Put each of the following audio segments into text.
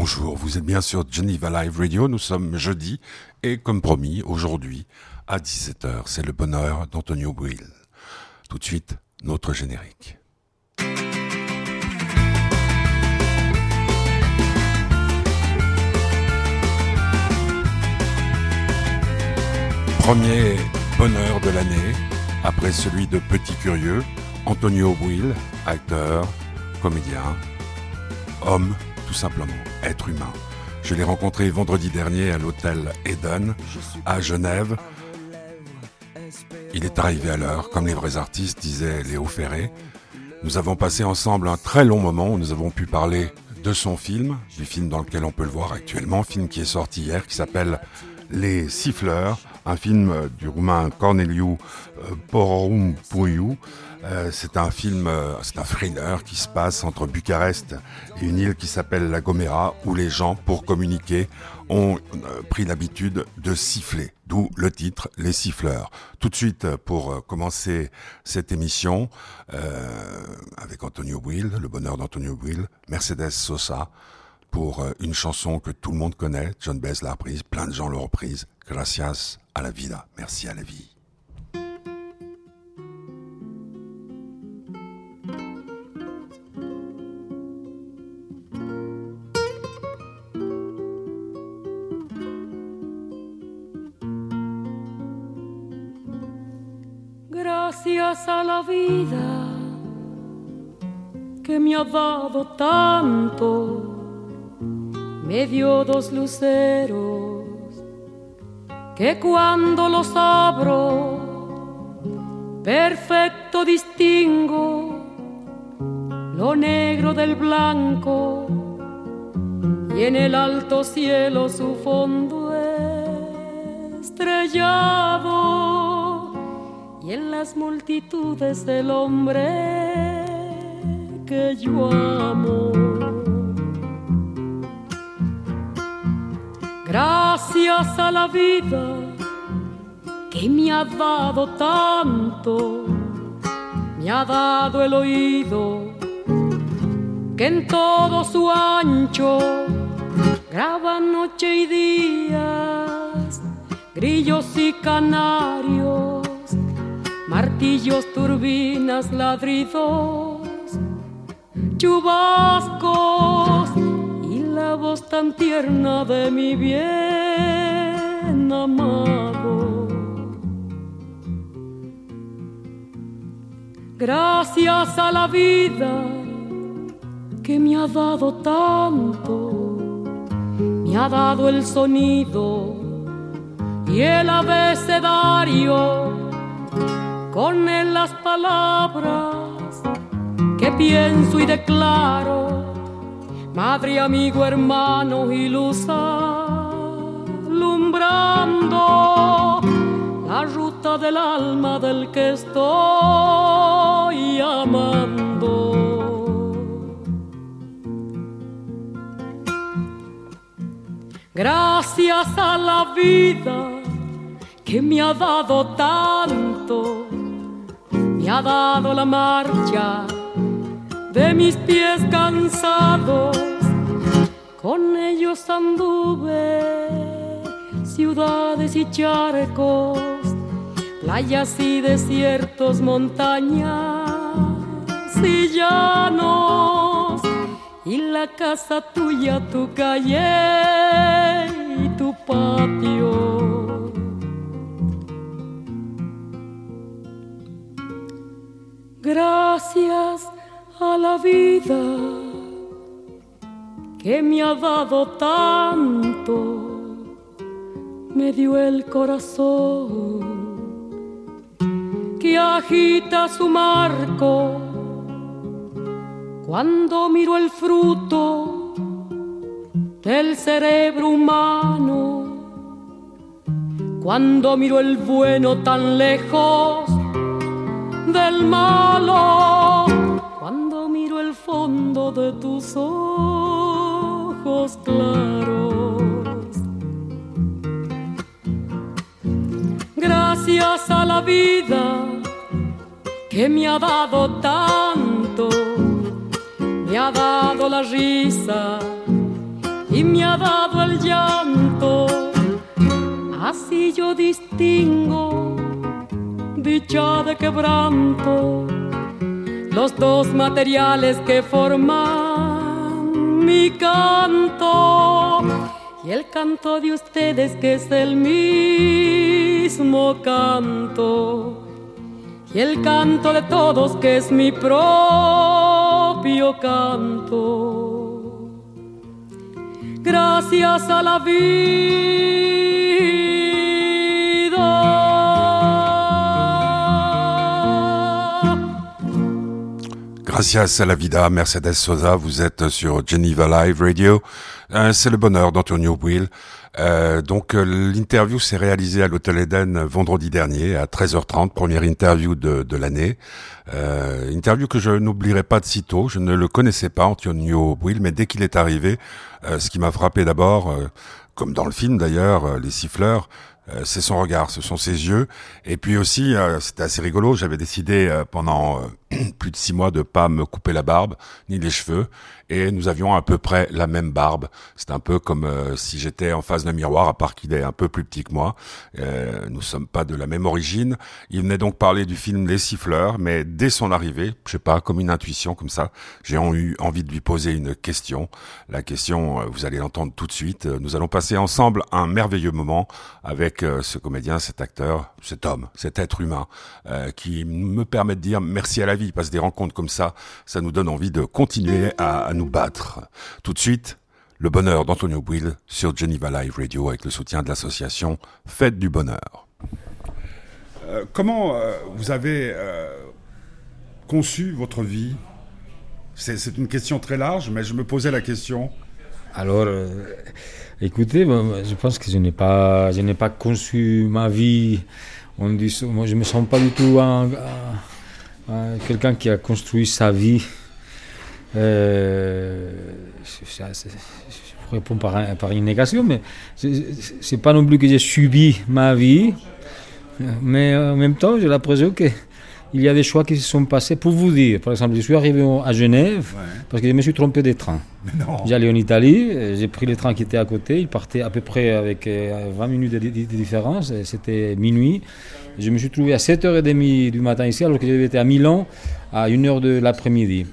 Bonjour, vous êtes bien sur Geneva Live Radio, nous sommes jeudi et comme promis, aujourd'hui, à 17h, c'est le bonheur d'Antonio Buil. Tout de suite, notre générique. Premier bonheur de l'année, après celui de Petit Curieux, Antonio Buil, acteur, comédien, homme, tout simplement, être humain. Je l'ai rencontré vendredi dernier à l'hôtel Eden, à Genève. Il est arrivé à l'heure, comme les vrais artistes, disait Léo Ferré. Nous avons passé ensemble un très long moment où nous avons pu parler de son film, du film dans lequel on peut le voir actuellement, film qui est sorti hier, qui s'appelle Les Siffleurs, un film du roumain Corneliu Porumboiu. C'est un film, c'est un thriller qui se passe entre Bucarest et une île qui s'appelle La Gomera, où les gens, pour communiquer, ont pris l'habitude de siffler. D'où le titre, Les Siffleurs. Tout de suite, pour commencer cette émission, avec Antonio Buil, le bonheur d'Antonio Buil, Mercedes Sosa, pour une chanson que tout le monde connaît. John Baez l'a reprise, plein de gens l'ont reprise. Gracias a la vida. Merci à la vie. Gracias a la vida que me ha dado tanto, me dio dos luceros que cuando los abro perfecto distingo lo negro del blanco y en el alto cielo su fondo estrellado y en las multitudes el hombre que yo amo. Gracias a la vida que me ha dado tanto, me ha dado el oído que en todo su ancho graba noche y días, grillos y canarios, martillos, turbinas, ladridos, chubascos y la voz tan tierna de mi bien amado. Gracias a la vida que me ha dado tanto, me ha dado el sonido y el abecedario, con él las palabras que pienso y declaro, madre, amigo, hermano y luz alumbrando la ruta del alma del que estoy amando. Gracias a la vida que me ha dado tanto, me ha dado la marcha de mis pies cansados, con ellos anduve ciudades y charcos, playas y desiertos, montañas y llanos, y la casa tuya, tu calle y tu patio. Gracias a la vida que me ha dado tanto, me dio el corazón que agita su marco cuando miro el fruto del cerebro humano, cuando miro el bueno tan lejos del malo, cuando miro el fondo de tus ojos claros. Gracias a la vida que me ha dado tanto, me ha dado la risa y me ha dado el llanto. Así yo distingo dicha de quebranto, los dos materiales que forman mi canto, y el canto de ustedes que es el mismo canto, y el canto de todos que es mi propio canto. Gracias a la vida. Gracias a la vida, Mercedes Sosa, vous êtes sur Geneva Live Radio. C'est le bonheur d'Antonio Buil. L'interview s'est réalisée à l'Hôtel Eden vendredi dernier à 13h30, première interview de l'année. Interview que je n'oublierai pas de sitôt. Je ne le connaissais pas, Antonio Buil, mais dès qu'il est arrivé, ce qui m'a frappé d'abord, comme dans le film d'ailleurs, Les Siffleurs, c'est son regard, ce sont ses yeux. Et puis aussi, c'était assez rigolo, j'avais décidé pendant plus de 6 mois de pas me couper la barbe, ni les cheveux. Et nous avions à peu près la même barbe. C'est un peu comme si j'étais en face d'un miroir, à part qu'il est un peu plus petit que moi. Nous sommes pas de la même origine. Il venait donc parler du film Les Siffleurs, mais dès son arrivée, je sais pas, comme une intuition, comme ça, j'ai eu envie de lui poser une question. La question, vous allez l'entendre tout de suite. Nous allons passer ensemble un merveilleux moment avec ce comédien, cet acteur, cet homme, cet être humain, qui me permet de dire merci à la vie, parce que des rencontres comme ça nous donne envie de continuer à nous battre. Tout de suite, le bonheur d'Antonio Buil sur Geneva Live Radio avec le soutien de l'association Fête du Bonheur. Comment vous avez conçu votre vie ? C'est une question très large, mais je me posais la question. Alors, écoutez, je pense que je n'ai pas conçu ma vie. Moi, je me sens pas du tout quelqu'un qui a construit sa vie. Je réponds par une négation, mais c'est pas non plus que j'ai subi ma vie, mais en même temps j'ai l'impression que il y a des choix qui se sont passés. Pour vous dire, par exemple, je suis arrivé à Genève parce que je me suis trompé de train. J'allais en Italie, j'ai pris le train qui était à côté, il partait à peu près avec 20 minutes de différence, c'était minuit. Je me suis trouvé à 7h30 du matin ici, alors que j'avais été à Milan à 1h de l'après-midi.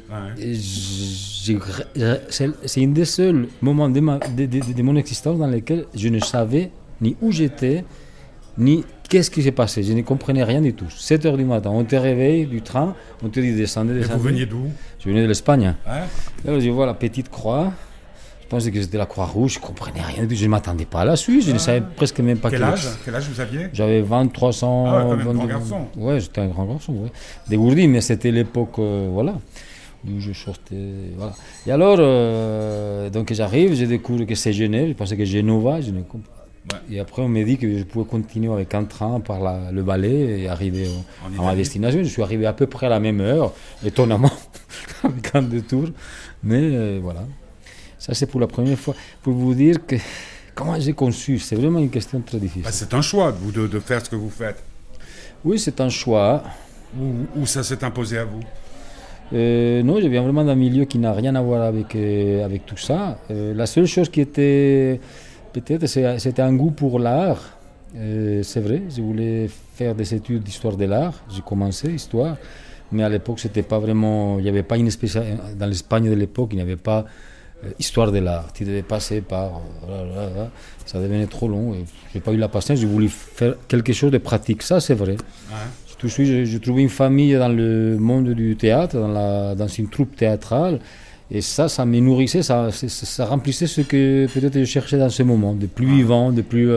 C'est un des seuls moments de mon existence dans lesquels je ne savais ni où j'étais, ni qu'est-ce qui s'est passé. Je ne comprenais rien du tout. 7h du matin, on te réveille du train, on te dit descendez. Et vous veniez d'où ? Je venais de l'Espagne. Ouais. Alors je vois la petite croix. Je pensais que c'était la Croix-Rouge, je ne comprenais rien du tout. Je ne m'attendais pas à la Suisse, je ne savais presque même pas Quel âge vous aviez ? J'avais 23 ans. Ah ouais, quand même un grand garçon. Ouais, j'étais un grand garçon, ouais. Dégourdi, mais c'était l'époque, voilà, où je sortais, voilà. Et alors, donc j'arrive, je découvre que c'est Genève, je pensais que Genova, je ne comprends. Ouais. Et après, on m'a dit que je pouvais continuer avec un train par le Valais et arriver à ma destination. Je suis arrivé à peu près à la même heure, étonnamment, avec un détour. Mais voilà. Ça, c'est pour la première fois. Pour vous dire que comment j'ai conçu, c'est vraiment une question très difficile. Bah, c'est un choix de faire ce que vous faites. Oui, c'est un choix. Ou ça s'est imposé à vous ? Non, je viens vraiment d'un milieu qui n'a rien à voir avec tout ça. La seule chose qui était, peut-être, c'était un goût pour l'art. C'est vrai, je voulais faire des études d'histoire de l'art. J'ai commencé histoire, mais à l'époque, c'était pas vraiment. Il n'y avait pas une spécialité. Dans l'Espagne de l'époque, il n'y avait pas histoire de l'art. Tu devais passer par. Ça devenait trop long. Je n'ai pas eu la patience. J'ai voulu faire quelque chose de pratique. Ça, c'est vrai. Ouais. Tout de suite, j'ai trouvé une famille dans le monde du théâtre, dans une troupe théâtrale. Et ça me nourrissait, ça remplissait ce que peut-être je cherchais dans ce moment, de plus vivant, de plus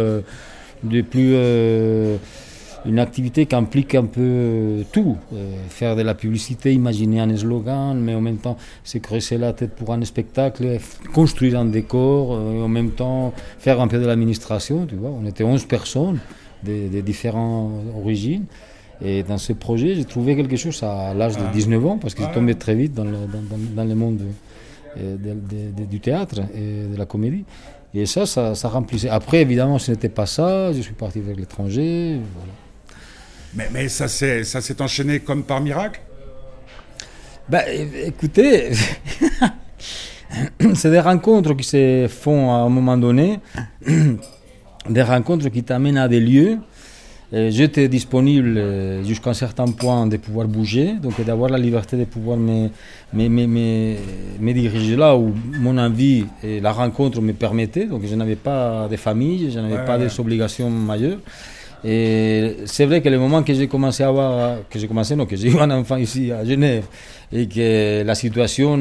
une activité qui implique un peu tout. Faire de la publicité, imaginer un slogan, mais en même temps se creuser la tête pour un spectacle, construire un décor, en même temps faire un peu de l'administration. Tu vois, on était 11 personnes de différentes origines. Et dans ce projet, j'ai trouvé quelque chose à l'âge de 19 ans, parce que j'ai tombé très vite dans le monde du théâtre et de la comédie. Et ça remplissait. Après, évidemment, ce n'était pas ça. Je suis parti vers l'étranger. Voilà. Mais ça s'est enchaîné comme par miracle ? Écoutez, c'est des rencontres qui se font à un moment donné, des rencontres qui t'amènent à des lieux. J'étais disponible jusqu'à un certain point de pouvoir bouger, donc d'avoir la liberté de pouvoir me diriger là où mon envie et la rencontre me permettaient. Donc je n'avais pas de famille, je n'avais pas des obligations majeures. Et c'est vrai que le moment que j'ai commencé à avoir, que j'ai eu un enfant ici à Genève et que la situation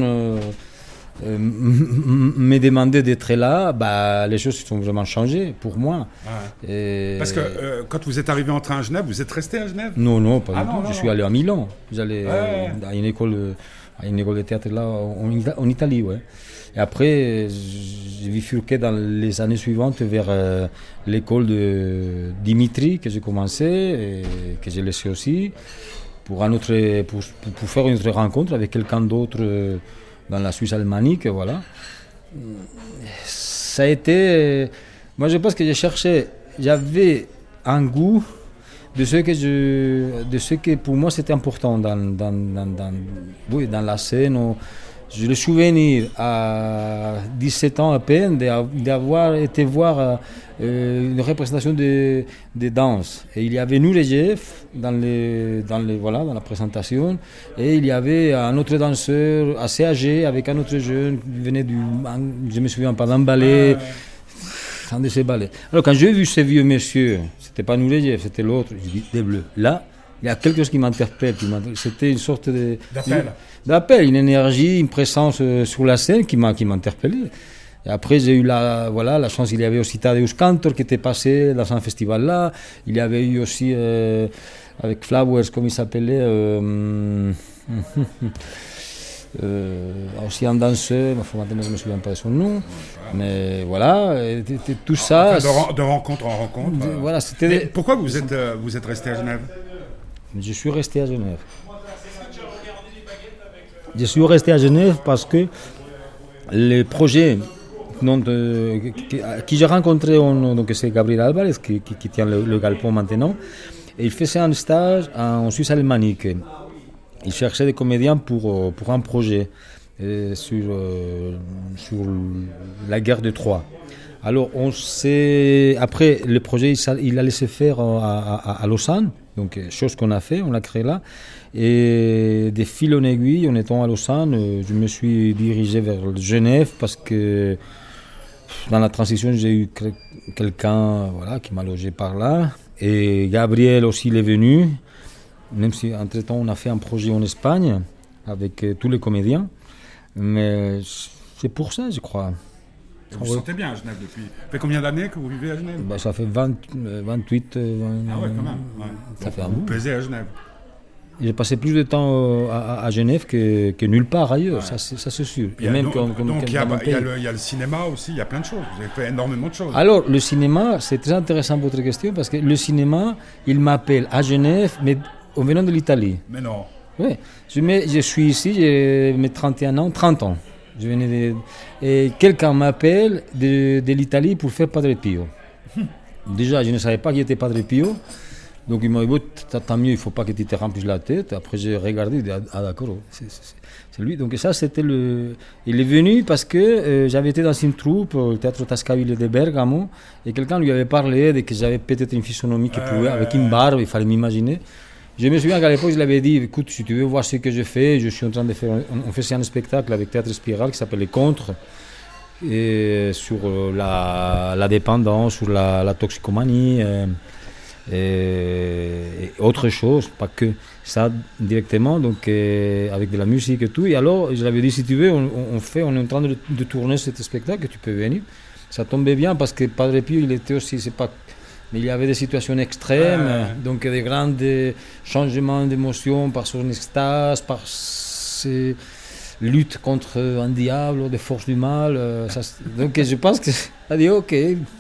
me demandait d'être là, bah, les choses se sont vraiment changées pour moi. Parce que quand vous êtes arrivé en train à Genève, vous êtes resté à Genève? Non, pas du tout. Je suis allé à Milan. J'allais à une école de théâtre là en Italie, ouais. Et après, j'ai bifurqué dans les années suivantes vers l'école de Dimitri que j'ai commencé et que j'ai laissé aussi pour faire une autre rencontre avec quelqu'un d'autre dans la Suisse alémanique, voilà. Ça a été... moi, je pense que j'avais un goût de ce que pour moi c'était important dans la scène. J'ai le souvenir à 17 ans à peine d'avoir été voir une représentation de danse. Et il y avait nous les GF dans la présentation. Et il y avait un autre danseur assez âgé avec un autre jeune qui venait je me souviens pas, d'un ballet. Un de ces ballets. Alors quand j'ai vu ces vieux messieurs, c'était pas nous les GF, c'était l'autre, j'ai dit des bleus. Là, il y a quelque chose qui m'interpelle. C'était une sorte d'appel, une énergie, une présence sur la scène qui m'a interpellé. Et après, j'ai eu la chance, il y avait aussi Tadeusz Kantor qui était passé dans un festival là. Il y avait eu aussi, avec Flowers, comme il s'appelait, aussi un danseur, maintenant je ne me souviens pas de son nom, mais voilà, tout ça. Enfin, de rencontre en rencontre. Voilà, Mais pourquoi vous êtes resté à Genève? Je suis resté à Genève. Je suis resté à Genève parce que les projets qui j'ai rencontré, donc c'est Gabriel Alvarez qui tient le Galpon maintenant, et il faisait un stage en Suisse alémanique. Il cherchait des comédiens pour un projet sur la guerre de Troie. Alors après le projet il allait se faire à Lausanne, donc chose qu'on a fait, on l'a créé là, et de fil en aiguille, en étant à Lausanne, je me suis dirigé vers Genève parce que dans la transition j'ai eu quelqu'un qui m'a logé par là, et Gabriel aussi il est venu, même si entre-temps on a fait un projet en Espagne avec tous les comédiens, mais c'est pour ça je crois. Vous vous sentez bien à Genève depuis... Ça fait combien d'années que vous vivez à Genève? Ça fait 28... ah ouais, quand même. Ouais. Ça fait un bout. bout. Vous pesez à Genève. J'ai passé plus de temps à Genève que nulle part ailleurs, ça c'est sûr. Il y a le cinéma aussi, il y a plein de choses. Vous avez fait énormément de choses. Alors, le cinéma, c'est très intéressant votre question, parce que le cinéma, il m'appelle à Genève, mais en venant de l'Italie. Mais non. Oui, je suis ici, j'ai mes 30 ans. Je venais et quelqu'un m'appelle de l'Italie pour faire Padre Pio. Déjà, je ne savais pas qu'il était Padre Pio. Donc il m'a dit, tant mieux, il ne faut pas que tu te remplisses la tête. Après, j'ai regardé, j'ai dit, ah d'accord, c'est lui. Donc ça, c'était il est venu parce que j'avais été dans une troupe, au théâtre Tascaville de Bergamo, et quelqu'un lui avait parlé de que j'avais peut-être une physionomie qui pouvait, avec une barbe, il fallait m'imaginer. Je me souviens qu'à l'époque, je lui avais dit, écoute, si tu veux voir ce que je fais, je suis en train de faire, on faisait un spectacle avec Théâtre Spiral qui s'appelle Les Contres, et sur la dépendance, sur la toxicomanie, et autre chose, pas que ça directement, donc avec de la musique et tout. Et alors, je lui avais dit, si tu veux, on est en train de tourner ce spectacle, tu peux venir. Ça tombait bien parce que Padre Pio, il était aussi, mais il y avait des situations extrêmes, donc des grands changements d'émotions par son extase, par ses luttes contre un diable, des forces du mal. Donc je pense qu'il a dit ok.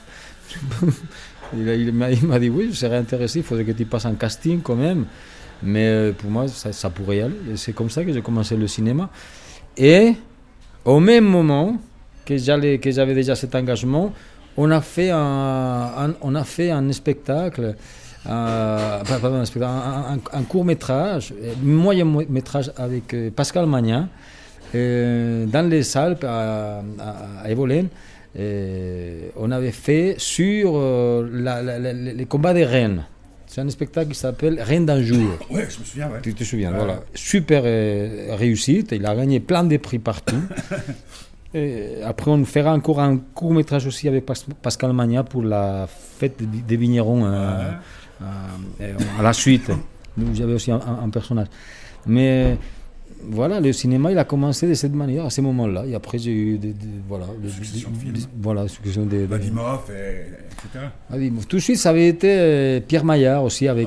il m'a dit oui, je serais intéressé, il faudrait que tu passes un casting quand même. Mais pour moi, ça pourrait y aller. Et c'est comme ça que j'ai commencé le cinéma. Et au même moment que j'avais déjà cet engagement, on a fait un spectacle, un court-métrage, moyen-métrage avec Pascal Magnin, dans les Alpes, à Evolène, on avait fait sur les combats des reines. C'est un spectacle qui s'appelle Reine d'un jour. Ouais, je me souviens, ouais. Tu te souviens, voilà. Super réussite, il a gagné plein de prix partout. Et après, on fera encore un court-métrage aussi avec Pascal Magna pour la fête des vignerons à la suite. J'avais aussi un personnage. Mais voilà, le cinéma, il a commencé de cette manière, à ce moment-là. Et après, j'ai eu succession de Vadimov, etc. Vadimov. Tout de suite, ça avait été Pierre Maillard aussi, avec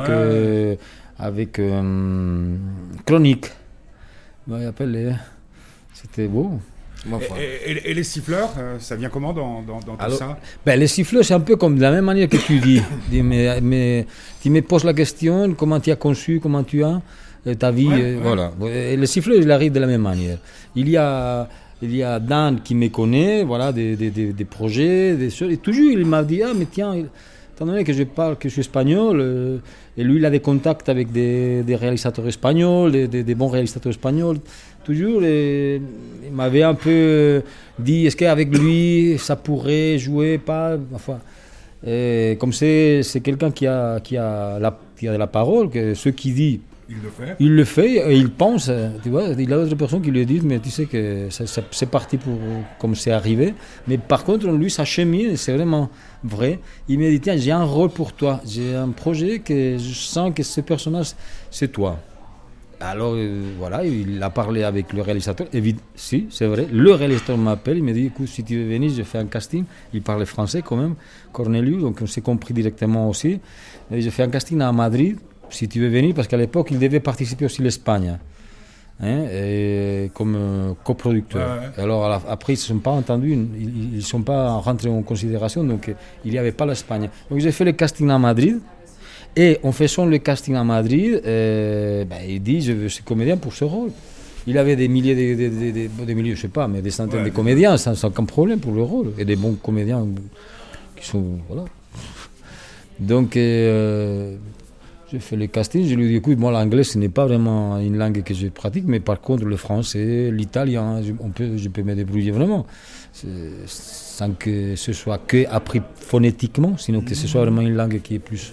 Chronique. Il appelle c'était beau. Et les siffleurs, ça vient comment dans tout ça? Les siffleurs, c'est un peu comme de la même manière que tu dis. Mais tu me poses la question, comment tu as conçu, comment tu as ta vie. Voilà. Et les siffleurs, il arrive de la même manière. Il y a Dan qui me connaît, voilà, des projets, des choses. Et toujours, il m'a dit, mais tiens, étant donné que je suis espagnol, et lui, il a des contacts avec des réalisateurs espagnols, des bons réalisateurs espagnols. Toujours, il m'avait un peu dit, est-ce qu'avec lui, ça pourrait jouer, pas, enfin, comme c'est quelqu'un qui a de la parole, que ce qu'il dit, il le fait, et il pense, tu vois, il y a d'autres personnes qui lui disent, mais tu sais que c'est parti pour, comme c'est arrivé, mais par contre, lui, sa chemie, c'est vraiment vrai. Il m'a dit, tiens, j'ai un rôle pour toi, j'ai un projet que je sens que ce personnage, c'est toi. Alors, voilà, il a parlé avec le réalisateur. Si, c'est vrai. Le réalisateur m'appelle, il me dit, écoute, si tu veux venir, je fais un casting. Il parlait français quand même, Cornelius, donc on s'est compris directement aussi. Et je fais un casting à Madrid, si tu veux venir, parce qu'à l'époque, il devait participer aussi l'Espagne, comme coproducteur. Ouais. Alors, après, ils ne se sont pas entendus, ils ne sont pas rentrés en considération, donc il n'y avait pas l'Espagne. Donc, j'ai fait le casting à Madrid. Et en faisant le casting à Madrid, il dit, je veux ce comédien pour ce rôle. Il avait des milliers, des milliers, je sais pas, mais des centaines de comédiens, sans aucun problème pour le rôle. Et des bons comédiens qui sont, voilà. Donc, j'ai fait le casting, je lui ai dit, écoute, moi l'anglais, ce n'est pas vraiment une langue que je pratique, mais par contre, le français, l'italien, je peux me débrouiller vraiment. Sans que ce soit que appris phonétiquement, sinon que ce soit vraiment une langue qui est plus...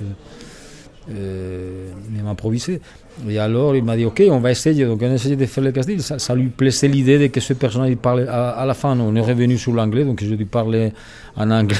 même improvisé. Et alors il m'a dit ok, on va essayer. Donc on a essayé de faire le casting. Ça lui plaisait l'idée de que ce personnage il parlait. À la fin on est revenu sur l'anglais, donc je lui parlais en anglais.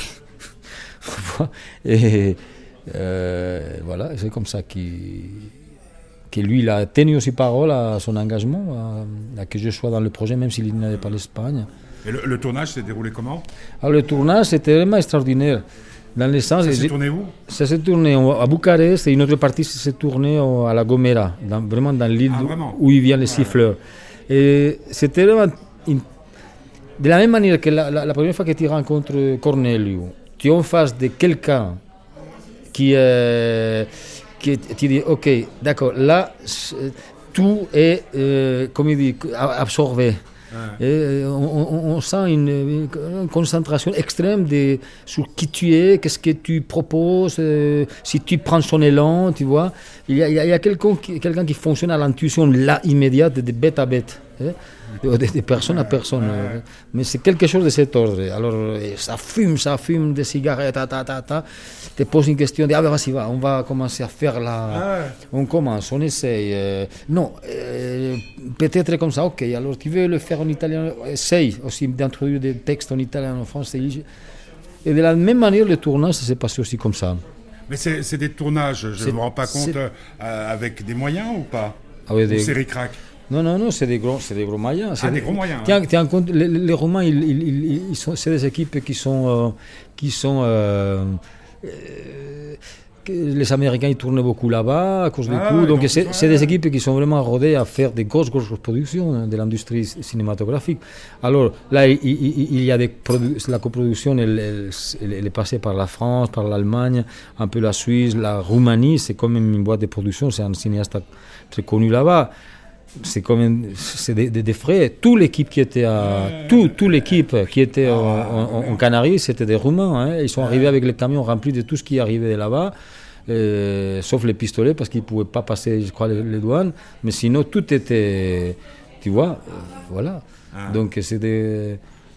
Et voilà, c'est comme ça que lui il a tenu aussi parole à son engagement, à que je sois dans le projet même s'il n'avait pas l'Espagne. Et le tournage s'est déroulé comment? Alors le tournage c'était vraiment extraordinaire. Dans le sens, ça s'est tourné où? Ça s'est tourné à Bucarest et une autre partie s'est tournée à la Gomera, vraiment dans l'île où il vient les siffleurs. Et c'était vraiment de la même manière que la première fois que tu rencontres Cornelius, tu es en face de quelqu'un qui tu dis ok, d'accord, là tout est comme il dit absorbé. Et on sent une concentration extrême sur qui tu es, qu'est-ce que tu proposes, si tu prends son élan, tu vois. Il y a quelqu'un qui fonctionne à l'intuition là immédiate, de bête à bête, de personne à personne. Mais c'est quelque chose de cet ordre. Alors ça fume des cigarettes, te poses une question, vas-y, on va commencer à faire on commence, on essaye. Non, peut-être comme ça, ok, alors tu veux le faire en italien, essaye aussi d'introduire des textes en italien, en français. Et de la même manière, le tournage, ça s'est passé aussi comme ça. Mais c'est des tournages, je ne me rends pas compte, avec des moyens ou pas? Ou c'est ric-rac? Non, c'est des gros moyens. Des gros moyens. Tiens compte, les Romains, c'est des équipes qui sont les Américains ils tournent beaucoup là-bas à cause du coût. Donc c'est des équipes qui sont vraiment rodées à faire des grosses productions de l'industrie cinématographique. Alors là, il y a la coproduction, elle est passée par la France, par l'Allemagne, un peu la Suisse, la Roumanie. C'est quand même une boîte de production. C'est un cinéaste très connu là-bas. C'est quand même des frais. Toute l'équipe qui était en Canaries, c'était des Roumains. Ils sont arrivés avec les camions remplis de tout ce qui arrivait de là-bas, sauf les pistolets parce qu'ils ne pouvaient pas passer, je crois, les douanes. Mais sinon, tout était, tu vois, voilà. Donc c'est des...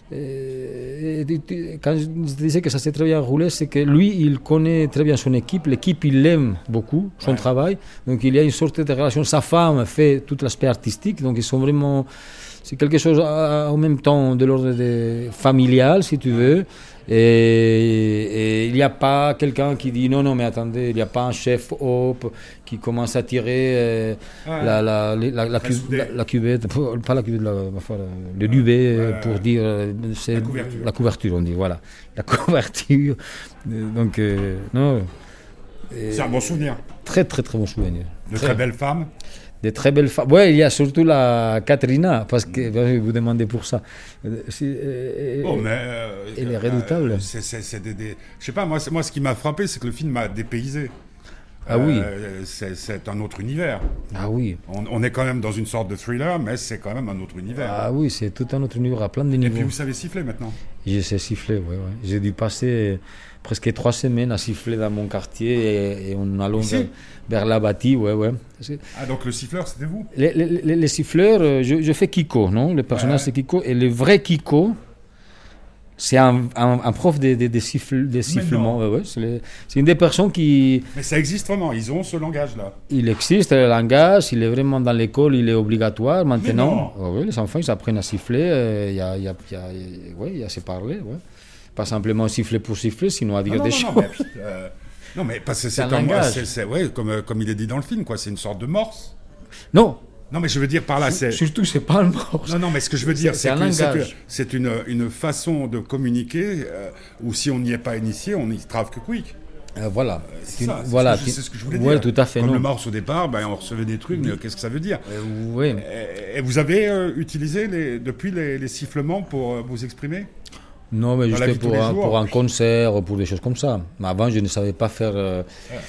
quand je disais que ça s'est très bien roulé, c'est que lui, il connaît très bien son équipe. L'équipe, il aime beaucoup son travail. Donc il y a une sorte de relation. Sa femme fait tout l'aspect artistique. Donc ils sont vraiment... C'est quelque chose en même temps de l'ordre familial, si tu veux. Et il n'y a pas quelqu'un qui dit non, mais attendez, il n'y a pas un chef hop qui commence à tirer la cuvette, pas la cuvette, le duvet pour dire c'est la couverture, on dit, voilà. La couverture. Donc, non. C'est un bon souvenir. Très, très, très bon souvenir. De très belles femmes. Des très belles femmes. Oui, il y a surtout la Katrina, parce que vous demandez pour ça. Elle est redoutable. Je sais pas, moi, ce qui m'a frappé, c'est que le film m'a dépaysé. Ah oui. C'est un autre univers. Ah oui. On est quand même dans une sorte de thriller, mais c'est quand même un autre univers. Ah oui, c'est tout un autre univers à plein de niveaux. Et puis vous savez siffler maintenant. Je sais siffler, oui. J'ai dû passer presque 3 semaines à siffler dans mon quartier et en allant vers la bâtie, ouais. Ah, donc le siffleur, c'était vous? Les siffleurs, je fais Kiko, non? Le personnage, c'est Kiko. Et le vrai Kiko, c'est un prof de sifflement. Ouais, c'est une des personnes qui... Mais ça existe vraiment, ils ont ce langage-là. Il existe, le langage, il est vraiment dans l'école, il est obligatoire maintenant. Oui, les enfants, ils apprennent à siffler, il y a se parler, ouais. Pas simplement siffler pour siffler, sinon à dire des choses. Non, mais parce que c'est un langage. Comme il est dit dans le film, quoi. C'est une sorte de morse. Non, mais je veux dire par là, surtout, c'est pas un morse. Non, mais ce que je veux dire, c'est que c'est une façon de communiquer où si on n'y est pas initié, on n'y trave que quick. Voilà. C'est ce que je voulais dire. Tout à fait. Comme le morse au départ, on recevait des trucs, mais qu'est-ce que ça veut dire? Oui. Et vous avez utilisé depuis les sifflements pour vous exprimer? Non, mais juste pour un concert, pour des choses comme ça. Mais avant, je ne savais pas faire...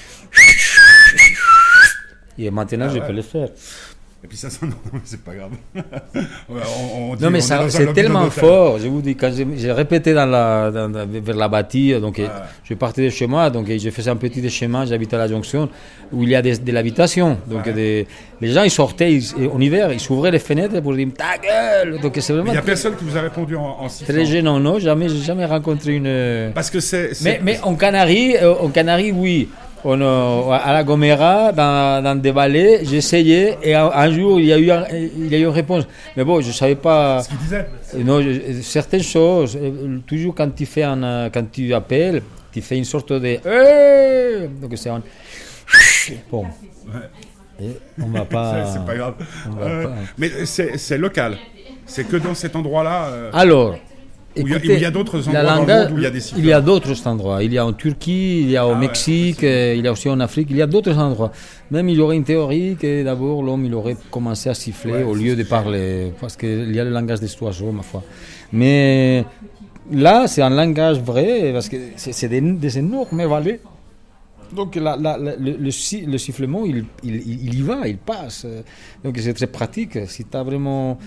Et maintenant, je peux le faire. Et puis ça, non, c'est pas grave. Non, mais c'est tellement fort. Je vous dis, quand j'ai répété vers la bâtie, donc je partais de chez moi, donc je faisais un petit chemin, j'habitais à la jonction, où il y a de l'habitation. Donc les gens, ils sortaient en hiver, ils s'ouvraient les fenêtres pour dire ta gueule. Donc c'est vraiment. Il n'y a personne qui vous a répondu en sifflant. Très gênant, non, j'ai jamais rencontré une. Parce que Mais en Canaries, oui. À la Gomera, dans des vallées, j'essayais et un jour il y a eu une réponse. Mais bon, je ne savais pas. Ce qu'il disait. Non, certaines choses. Toujours quand tu appelles, tu fais une sorte de. Donc c'est un. Bon. Et on va pas. C'est pas grave. Mais c'est local. C'est que dans cet endroit-là. Alors. Écoutez, il y a d'autres endroits dans le monde où il y a des siffleurs. Il y a d'autres endroits. Il y a en Turquie, il y a au Mexique, il y a aussi en Afrique. Il y a d'autres endroits. Même il y aurait une théorie que d'abord l'homme il aurait commencé à siffler au lieu de parler, parce qu'il y a le langage des oiseaux, ma foi. Mais là, c'est un langage vrai, parce que c'est des énormes vallées. Donc le sifflement, il y va, il passe. Donc c'est très pratique. Si tu as vraiment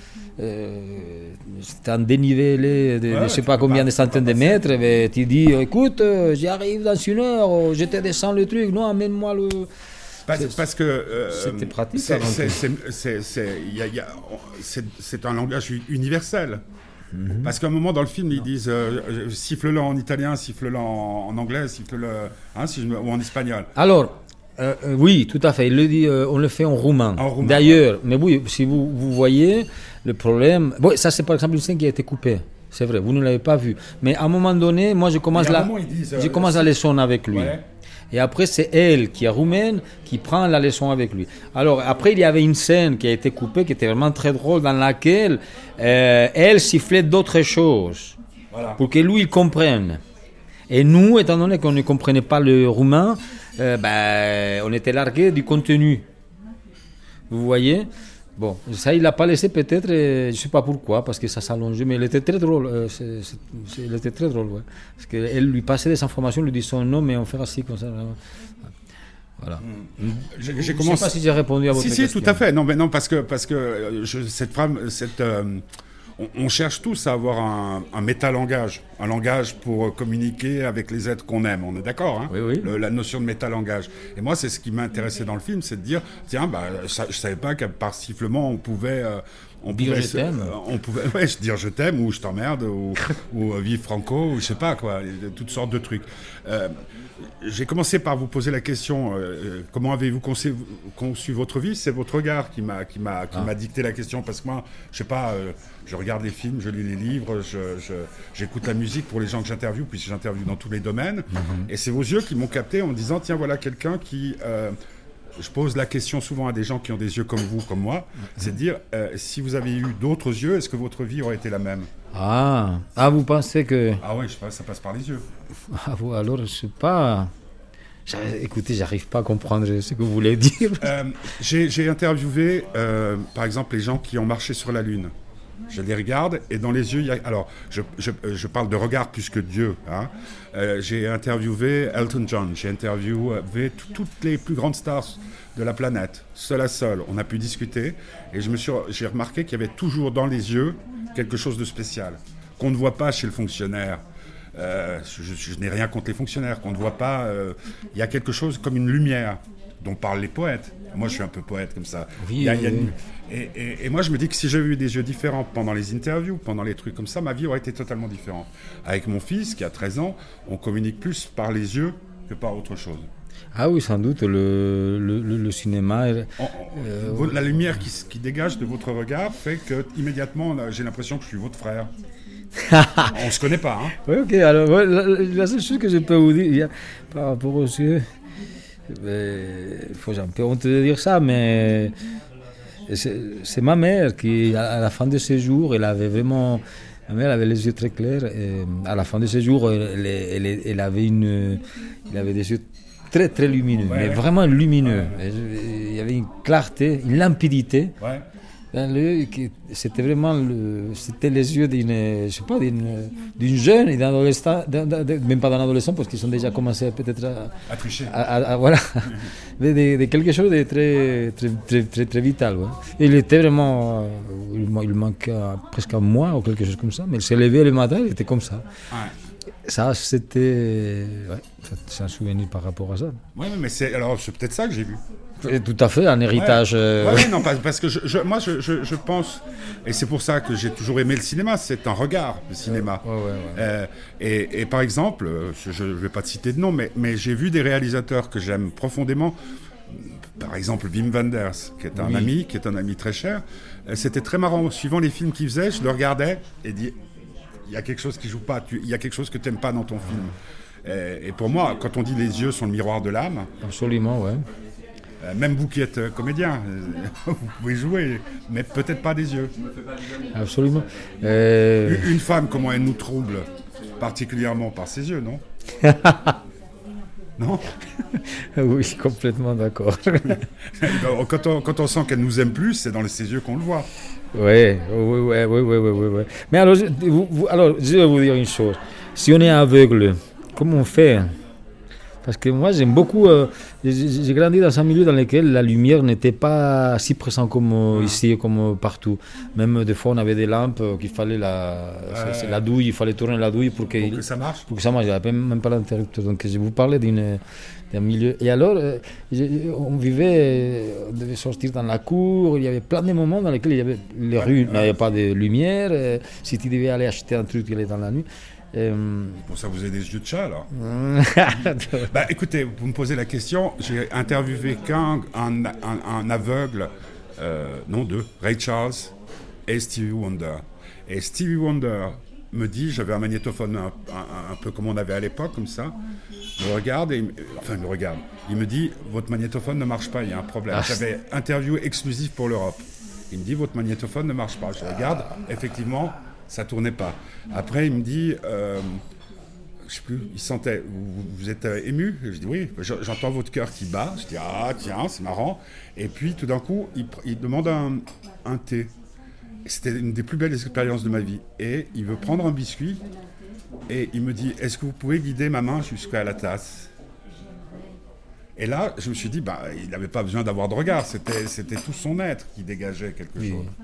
un dénivelé de je ne sais pas combien de centaines de mètres, tu dis, écoute, j'y arrive dans 1 heure, je te descends le truc, non, amène-moi le... Parce que c'était pratique. C'est un langage universel. Parce qu'à un moment dans le film, ils disent siffle-le en italien, siffle-le en anglais, siffle-le ou en espagnol. Alors, oui, tout à fait. Il le dit, on le fait en roumain. D'ailleurs, mais oui, si vous voyez le problème. Bon, ça, c'est par exemple une scène qui a été coupée. C'est vrai, vous ne l'avez pas vu. Mais à un moment donné, moi, je commence la leçon avec lui. Ouais. Et après, c'est elle, qui est roumaine, qui prend la leçon avec lui. Alors, après, il y avait une scène qui a été coupée, qui était vraiment très drôle, dans laquelle elle sifflait d'autres choses, pour que lui, il comprenne. Et nous, étant donné qu'on ne comprenait pas le roumain, on était largués du contenu. Vous voyez ? Bon, ça, il l'a pas laissé peut-être, je ne sais pas pourquoi, parce que ça s'allongeait, mais il était très drôle. Il était très drôle, ouais. Parce qu'elle lui passait des informations, lui disant non, mais on fait ainsi, comme ça. Voilà. Je ne sais pas si j'ai répondu à votre question. Si, tout à fait. Non, mais non, parce que cette femme, on cherche tous à avoir un métalangage, un langage pour communiquer avec les êtres qu'on aime. On est d'accord, hein ? Oui. La notion de métalangage. Et moi, c'est ce qui m'a intéressé dans le film, c'est de dire, tiens, je savais pas qu'à par sifflement, on pouvait Dire je t'aime. On pouvait dire je t'aime ou je t'emmerde ou vive Franco ou je sais pas quoi, toutes sortes de trucs. J'ai commencé par vous poser la question comment avez-vous conçu votre vie? C'est votre regard qui m'a dicté la question, parce que moi, je sais pas, je regarde les films, je lis les livres, j'écoute la musique pour les gens que j'interviewe, puisque j'interviewe dans tous les domaines, et c'est vos yeux qui m'ont capté en me disant tiens, voilà quelqu'un qui je pose la question souvent à des gens qui ont des yeux comme vous, comme moi, c'est de dire si vous avez eu d'autres yeux, est-ce que votre vie aurait été la même? Vous pensez que... Ah oui, je sais pas, ça passe par les yeux. Alors, je sais pas... Écoutez, j'arrive pas à comprendre ce que vous voulez dire. J'ai interviewé, par exemple, les gens qui ont marché sur la Lune. Je les regarde et dans les yeux, il y a... Alors, je parle de regard plus que Dieu. Hein. J'ai interviewé Elton John, j'ai interviewé toutes les plus grandes stars de la planète, seul à seul. On a pu discuter et j'ai remarqué qu'il y avait toujours dans les yeux quelque chose de spécial, qu'on ne voit pas chez le fonctionnaire. Je n'ai rien contre les fonctionnaires, qu'on ne voit pas. Il y a quelque chose comme une lumière dont parlent les poètes. Moi, je suis un peu poète comme ça. Oui, et moi, je me dis que si j'avais eu des yeux différents pendant les interviews, pendant les trucs comme ça, ma vie aurait été totalement différente. Avec mon fils, qui a 13 ans, on communique plus par les yeux que par autre chose. Ah oui, sans doute, le cinéma... La lumière qui dégage de votre regard fait que immédiatement, j'ai l'impression que je suis votre frère. On ne se connaît pas, hein. Oui, ok. Alors, la seule chose que je peux vous dire par rapport aux yeux, j'ai un peu honte de dire ça, mais c'est ma mère qui, à la fin de ses jours, elle avait vraiment... Ma mère avait les yeux très clairs. Et à la fin de ses jours, elle avait des yeux très, très lumineux, mais vraiment lumineux. Il y avait une clarté, une limpidité. Ouais. C'était vraiment c'était les yeux d'une jeune et d'un adolescent, même pas d'un adolescent parce qu'ils ont déjà commencé peut-être à tricher. Voilà, de quelque chose de très, très, très, très, très vital. Ouais. Il était vraiment, il manquait presque un mois ou quelque chose comme ça, mais il s'est levé le matin, il était comme ça. Ouais. Ça, c'était, c'est un souvenir par rapport à ça. Oui, mais c'est peut-être ça que j'ai vu. Tout à fait, un héritage. Non, parce que moi, je pense, et c'est pour ça que j'ai toujours aimé le cinéma, c'est un regard, le cinéma. Et par exemple, je ne vais pas te citer de nom, mais j'ai vu des réalisateurs que j'aime profondément. Par exemple, Wim Wenders, qui est un ami très cher. C'était très marrant. Suivant les films qu'il faisait, je le regardais et dis, il y a quelque chose qui joue pas, il y a quelque chose que tu n'aimes pas dans ton film. Et pour moi, quand on dit les yeux sont le miroir de l'âme... Absolument, ouais. Même vous qui êtes comédien, vous pouvez jouer, mais peut-être pas des yeux. Absolument. Une femme, comment elle nous trouble, particulièrement par ses yeux, non? Non? Oui, complètement d'accord. Quand on sent qu'elle nous aime plus, c'est dans ses yeux qu'on le voit. Oui. Mais alors, je vais vous dire une chose. Si on est aveugle, comment on fait? Parce que moi, j'aime beaucoup... j'ai grandi dans un milieu dans lequel la lumière n'était pas si présente comme ici, comme partout. Même des fois, on avait des lampes qu'il fallait la douille, il fallait tourner la douille pour que ça marche. Pour que ça marche. Il n'y avait même pas l'interrupteur. Donc, je vous parlais d'un milieu... Et alors, on devait sortir dans la cour. Il y avait plein de moments dans lesquels il y avait les rues, il n'y avait pas de lumière. Si tu devais aller acheter un truc, il allait dans la nuit. Pour ça, vous avez des yeux de chat, alors. Écoutez, vous me posez la question. J'ai interviewé un aveugle, non deux, Ray Charles et Stevie Wonder. Et Stevie Wonder me dit, j'avais un magnétophone un peu comme on avait à l'époque, comme ça. Il me regarde, il me dit, votre magnétophone ne marche pas, il y a un problème. J'avais interviewé exclusif pour l'Europe. Il me dit, votre magnétophone ne marche pas. Je regarde, effectivement, ça tournait pas. Après, il me dit, je sais plus, il sentait, vous êtes ému? Je dis oui, j'entends votre cœur qui bat. Je dis ah tiens, c'est marrant. Et puis tout d'un coup, il demande un thé. C'était une des plus belles expériences de ma vie. Et il veut prendre un biscuit et il me dit, est-ce que vous pouvez guider ma main jusqu'à la tasse? Et là, je me suis dit, il n'avait pas besoin d'avoir de regard. C'était tout son être qui dégageait quelque chose.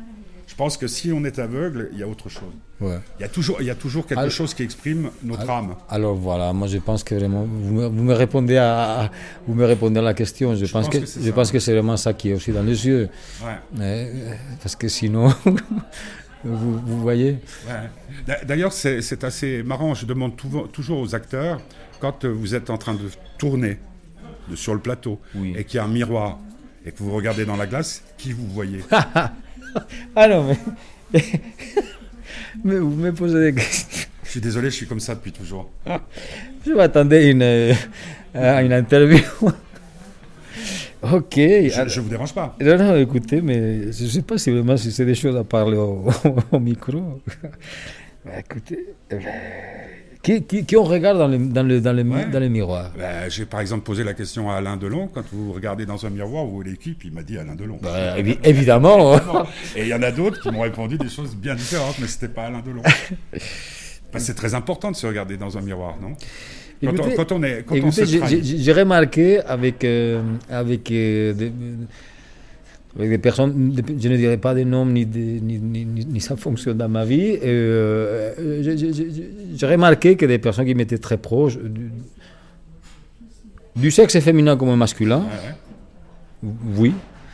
Je pense que si on est aveugle, il y a autre chose. Ouais. Il y a toujours quelque chose qui exprime notre âme. Alors voilà, moi je pense que vraiment, vous me répondez à la question. Je pense que c'est vraiment ça qui est aussi dans les yeux. Ouais. Parce que sinon, vous voyez. Ouais. D'ailleurs, c'est assez marrant. Je demande toujours aux acteurs, quand vous êtes en train de tourner sur le plateau et qu'il y a un miroir et que vous regardez dans la glace, qui vous voyez? Ah non, mais vous me posez des questions. Je suis désolé, je suis comme ça depuis toujours. Je m'attendais à une interview. Ok. Je vous dérange pas. Non, écoutez, mais je ne sais pas si vraiment si c'est des choses à parler au micro. Écoutez, qui on regarde dans le miroir. J'ai par exemple posé la question à Alain Delon. Quand vous regardez dans un miroir, vous voyez l'équipe, il m'a dit Alain Delon. Évidemment. Et il y en a d'autres qui m'ont répondu des choses bien différentes, mais c'était pas Alain Delon. C'est très important de se regarder dans un miroir, non? Quand on se trahit. J'ai remarqué avec des personnes, je ne dirais pas des noms ni ça fonctionne dans ma vie. J'ai remarqué que des personnes qui m'étaient très proches du sexe féminin comme masculin, oui,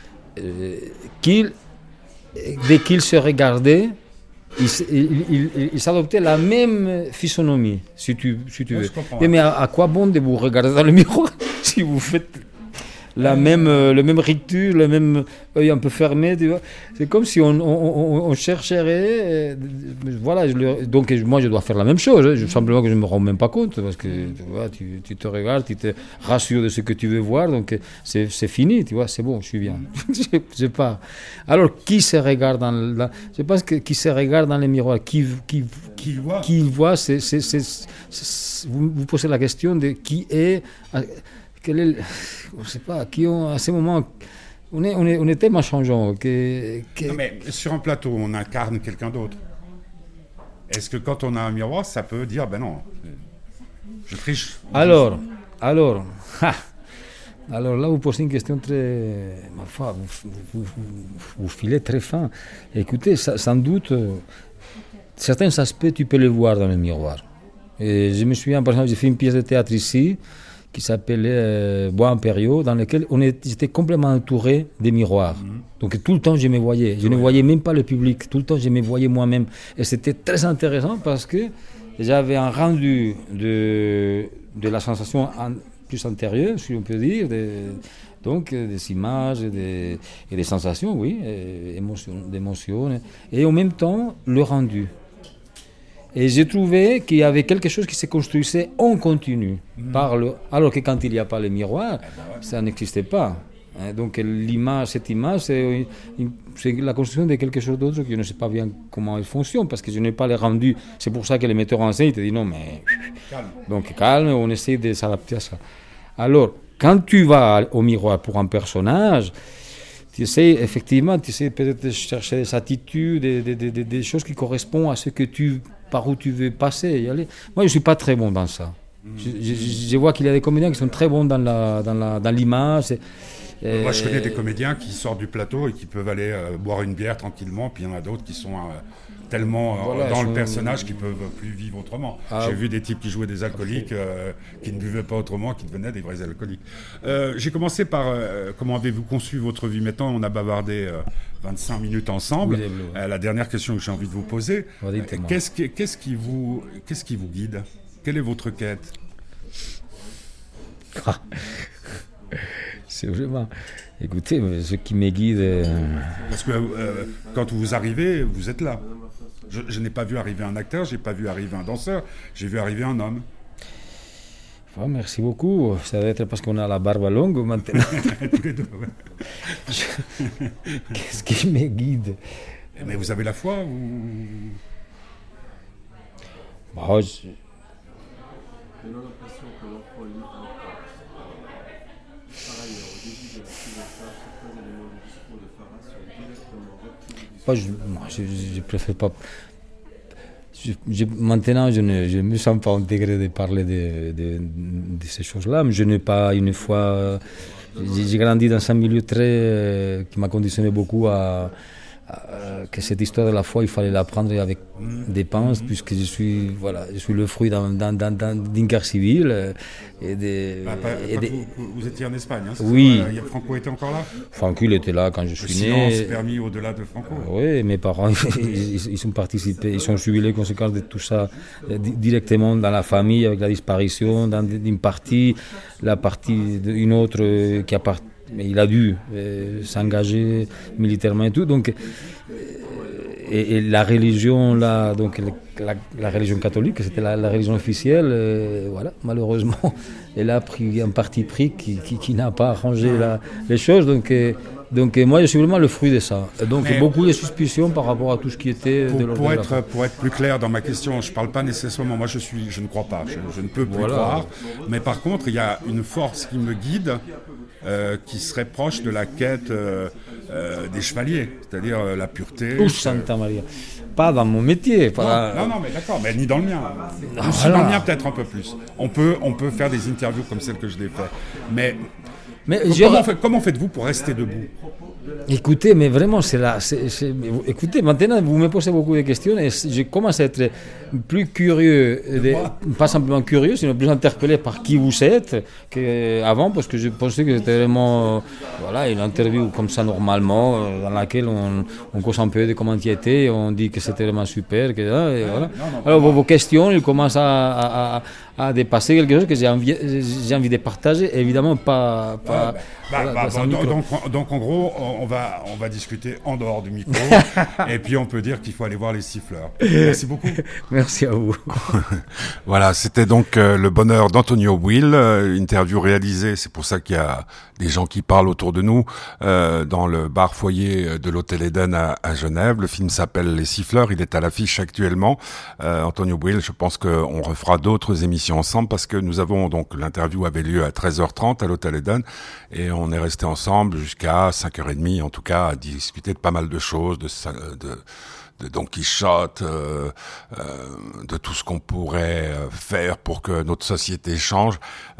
dès qu'ils se regardaient, ils s'adoptaient la même physionomie, si tu veux. Mais à quoi bon de vous regarder dans le miroir si vous faites le même rictus, le même œil un peu fermé, tu vois. C'est comme si on chercherait. Voilà, donc moi je dois faire la même chose. Simplement que je ne me rends même pas compte parce que tu vois, tu te regardes, tu te rassures de ce que tu veux voir, donc c'est fini, tu vois, c'est bon, je suis bien. Je pars. Alors qui se regarde je pense que qui se regarde dans les miroirs, qui voit, vous posez la question de qui est. Je ne sais pas, à ce moment, on est tellement changeant. Non, mais sur un plateau, on incarne quelqu'un d'autre. Est-ce que quand on a un miroir, ça peut dire, ben non, je triche? Alors là, vous posez une question très... Ma foi, vous filez très fin. Écoutez, sans doute, certains aspects, tu peux les voir dans le miroir. Et je me souviens, par exemple, j'ai fait une pièce de théâtre ici, qui s'appelait Bois Impériaux, dans lequel j'étais complètement entouré des miroirs. Donc tout le temps, je me voyais. Je ne voyais même pas le public. Tout le temps, je me voyais moi-même. Et c'était très intéressant parce que j'avais un rendu de la sensation plus antérieure, si on peut dire, donc des images et des sensations, oui, d'émotions. Et en même temps, le rendu. Et j'ai trouvé qu'il y avait quelque chose qui se construisait en continu, alors que quand il n'y a pas le miroir, ça n'existait pas. Donc cette image, c'est la construction de quelque chose d'autre que je ne sais pas bien comment elle fonctionne, parce que je n'ai pas le rendu. C'est pour ça que les metteurs en scène te disent non, mais calme. Donc calme, on essaie de s'adapter à ça. Alors, quand tu vas au miroir pour un personnage, tu essaies peut-être de chercher des attitudes, des choses qui correspondent à ce que par où tu veux passer y aller. Moi, je ne suis pas très bon dans ça. Je vois qu'il y a des comédiens qui sont très bons dans l'image. Moi, je connais des comédiens qui sortent du plateau et qui peuvent aller boire une bière tranquillement, puis il y en a d'autres qui sont tellement dans le personnage qu'ils ne peuvent plus vivre autrement. J'ai vu des types qui jouaient des alcooliques, qui ne buvaient pas autrement, qui devenaient des vrais alcooliques. J'ai commencé par comment avez-vous conçu votre vie? Maintenant, on a bavardé 25 minutes ensemble. La dernière question que j'ai envie de vous poser, qu'est-ce qui vous guide? Quelle est votre quête? C'est vraiment... Écoutez, ce qui me guide... Parce que quand vous arrivez, vous êtes là. Je n'ai pas vu arriver un acteur, je n'ai pas vu arriver un danseur, j'ai vu arriver un homme. Oh, merci beaucoup. Ça doit être parce qu'on a la barbe longue maintenant. Tous les deux, ouais. Qu'est-ce qui me guide? Mais vous avez la foi ou... Je préfère pas. Maintenant, je ne me sens pas intégré de parler de ces choses-là, mais je n'ai pas une foi. J'ai grandi dans un milieu qui m'a conditionné beaucoup à que cette histoire de la foi, il fallait l'apprendre avec des pinces, puisque je suis le fruit d'une guerre civile. Vous étiez en Espagne, hein, oui. Franco était encore là? Franco, il était là quand je suis né. Le silence permis au-delà de Franco. Oui, mes parents, ils ont participé, ils ont suivi les conséquences de tout ça directement dans la famille, avec la disparition d'une partie, une autre qui appartient. Mais il a dû s'engager militairement et tout. Donc, et la religion, là, donc la religion catholique, c'était la religion officielle. Voilà, malheureusement, elle a pris un parti pris qui n'a pas arrangé les choses. Donc moi, je suis vraiment le fruit de ça. Donc beaucoup de suspicions par rapport à tout ce qui était de l'ordre. Pour être plus clair dans ma question, je ne parle pas nécessairement, moi je ne crois pas, je ne peux plus croire. Mais par contre, il y a une force qui me guide, qui serait proche de la quête des chevaliers, c'est-à-dire la pureté. Santa Maria. Pas dans mon métier. Non, mais d'accord, mais ni dans le mien. Dans le mien, peut-être un peu plus. On peut faire des interviews comme celle que je l'ai fait. Mais comment faites-vous pour rester debout? Écoutez, mais vraiment, écoutez, maintenant, vous me posez beaucoup de questions et je commence à être plus curieux, pas simplement curieux, sinon plus interpellé par qui vous êtes qu'avant, parce que je pensais que c'était vraiment une interview comme ça normalement, dans laquelle on cause un peu de comment tu étais, on dit que c'était vraiment super. Alors vos questions, elles commencent à dépasser quelque chose que j'ai envie de partager, évidemment pas donc en gros, on va discuter en dehors du micro et puis on peut dire qu'il faut aller voir les siffleurs. Merci beaucoup. Merci à vous. Voilà, c'était donc le bonheur d'Antonio Buil, interview réalisée, c'est pour ça qu'il y a des gens qui parlent autour de nous, dans le bar foyer de l'Hôtel Eden à Genève. Le film s'appelle Les Siffleurs, il est à l'affiche actuellement. Antonio Buil, je pense qu'on refera d'autres émissions ensemble parce que nous avons donc, l'interview avait lieu à 13h30 à l'Hôtel Eden et on est resté ensemble jusqu'à 5h30 en tout cas à discuter de pas mal de choses, de Don Quichotte, de tout ce qu'on pourrait faire pour que notre société change.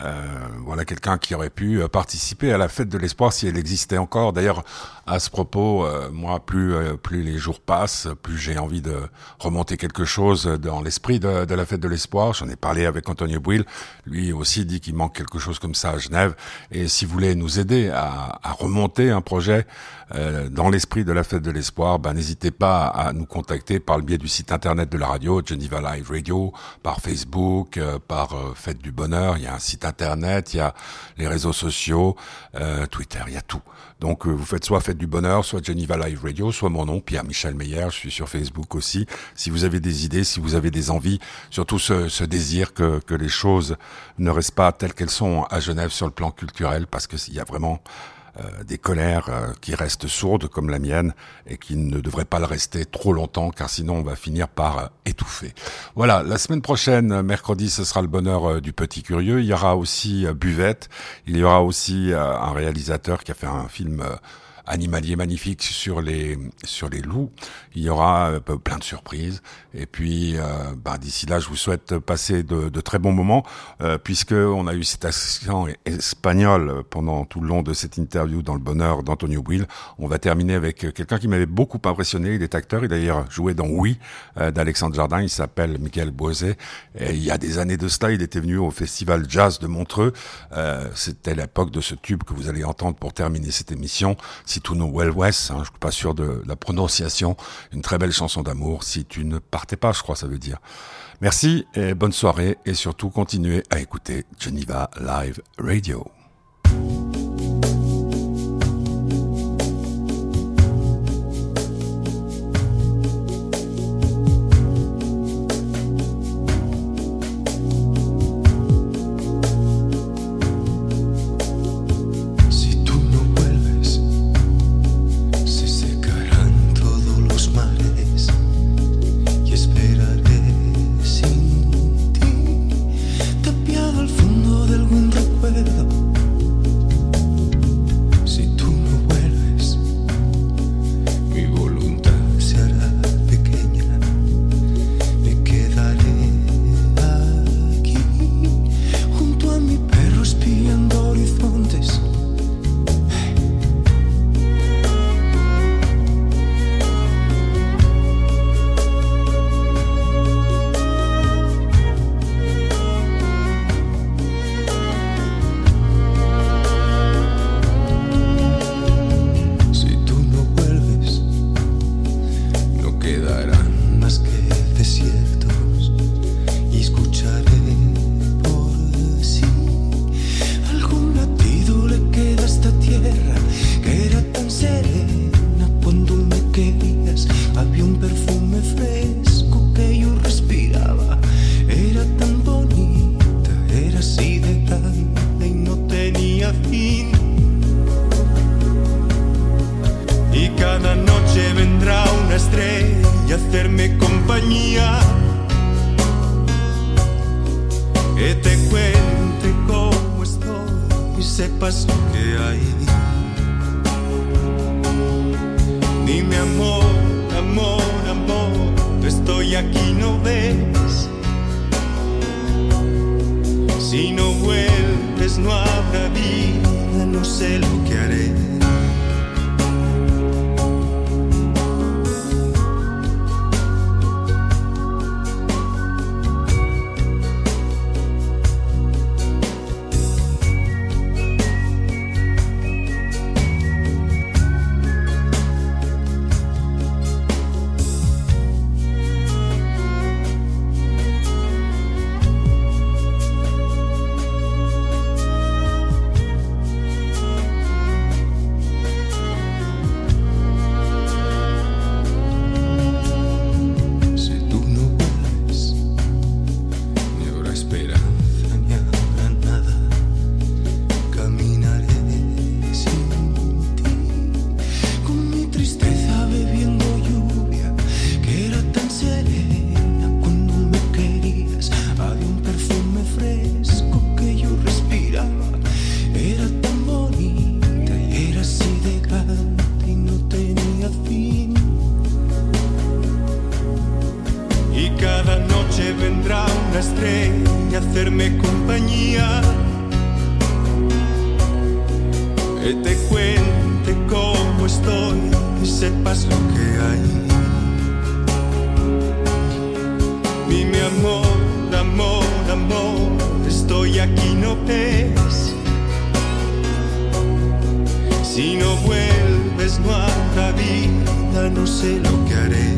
Voilà quelqu'un qui aurait pu participer à la fête de l'espoir si elle existait encore. D'ailleurs, à ce propos, moi, plus les jours passent, plus j'ai envie de remonter quelque chose dans l'esprit de la fête de l'espoir. J'en ai parlé avec Antonio Buil. Lui aussi dit qu'il manque quelque chose comme ça à Genève. Et si vous voulez nous aider à remonter un projet dans l'esprit de la fête de l'espoir, n'hésitez pas à nous contacter par le biais du site internet de la radio, Geneva Live Radio, par Facebook, par Fête du Bonheur. Il y a un site internet, il y a les réseaux sociaux, Twitter, il y a tout. Donc vous faites soit Fête du Bonheur, soit Geneva Live Radio, soit mon nom, Pierre-Michel Meyer. Je suis sur Facebook aussi. Si vous avez des idées, si vous avez des envies, surtout ce désir que les choses ne restent pas telles qu'elles sont à Genève sur le plan culturel, parce qu'il y a vraiment des colères qui restent sourdes comme la mienne et qui ne devraient pas le rester trop longtemps car sinon on va finir par étouffer. Voilà, la semaine prochaine, mercredi, ce sera le bonheur du petit curieux. Il y aura aussi Buvette, il y aura aussi un réalisateur qui a fait un film animalier magnifique sur les loups. Il y aura plein de surprises. Et puis, d'ici là, je vous souhaite passer de très bons moments, puisque on a eu cet accent espagnol pendant tout le long de cette interview dans le bonheur d'Antonio Buil. On va terminer avec quelqu'un qui m'avait beaucoup impressionné. Il est acteur. Il a d'ailleurs joué dans Oui d'Alexandre Jardin. Il s'appelle Miguel Boisé. Et il y a des années de cela, il était venu au Festival Jazz de Montreux. C'était l'époque de ce tube que vous allez entendre pour terminer cette émission. Si tu ne well west, je suis pas sûr de la prononciation, une très belle chanson d'amour. Si tu ne partais pas, je crois ça veut dire. Merci et bonne soirée et surtout continuez à écouter Geneva Live Radio. Al fondo de algún recuerdo hacerme compañía, que te cuente cómo estoy y sepas lo que hay. Dime amor, amor, amor, estoy aquí, ¿no ves? Si no vuelves no habrá vida, no sé lo que haré. Que te cuente cómo estoy y sepas lo que hay. Dime amor, amor, amor, estoy aquí, ¿no ves? Si no vuelves no habrá vida, no sé lo que haré.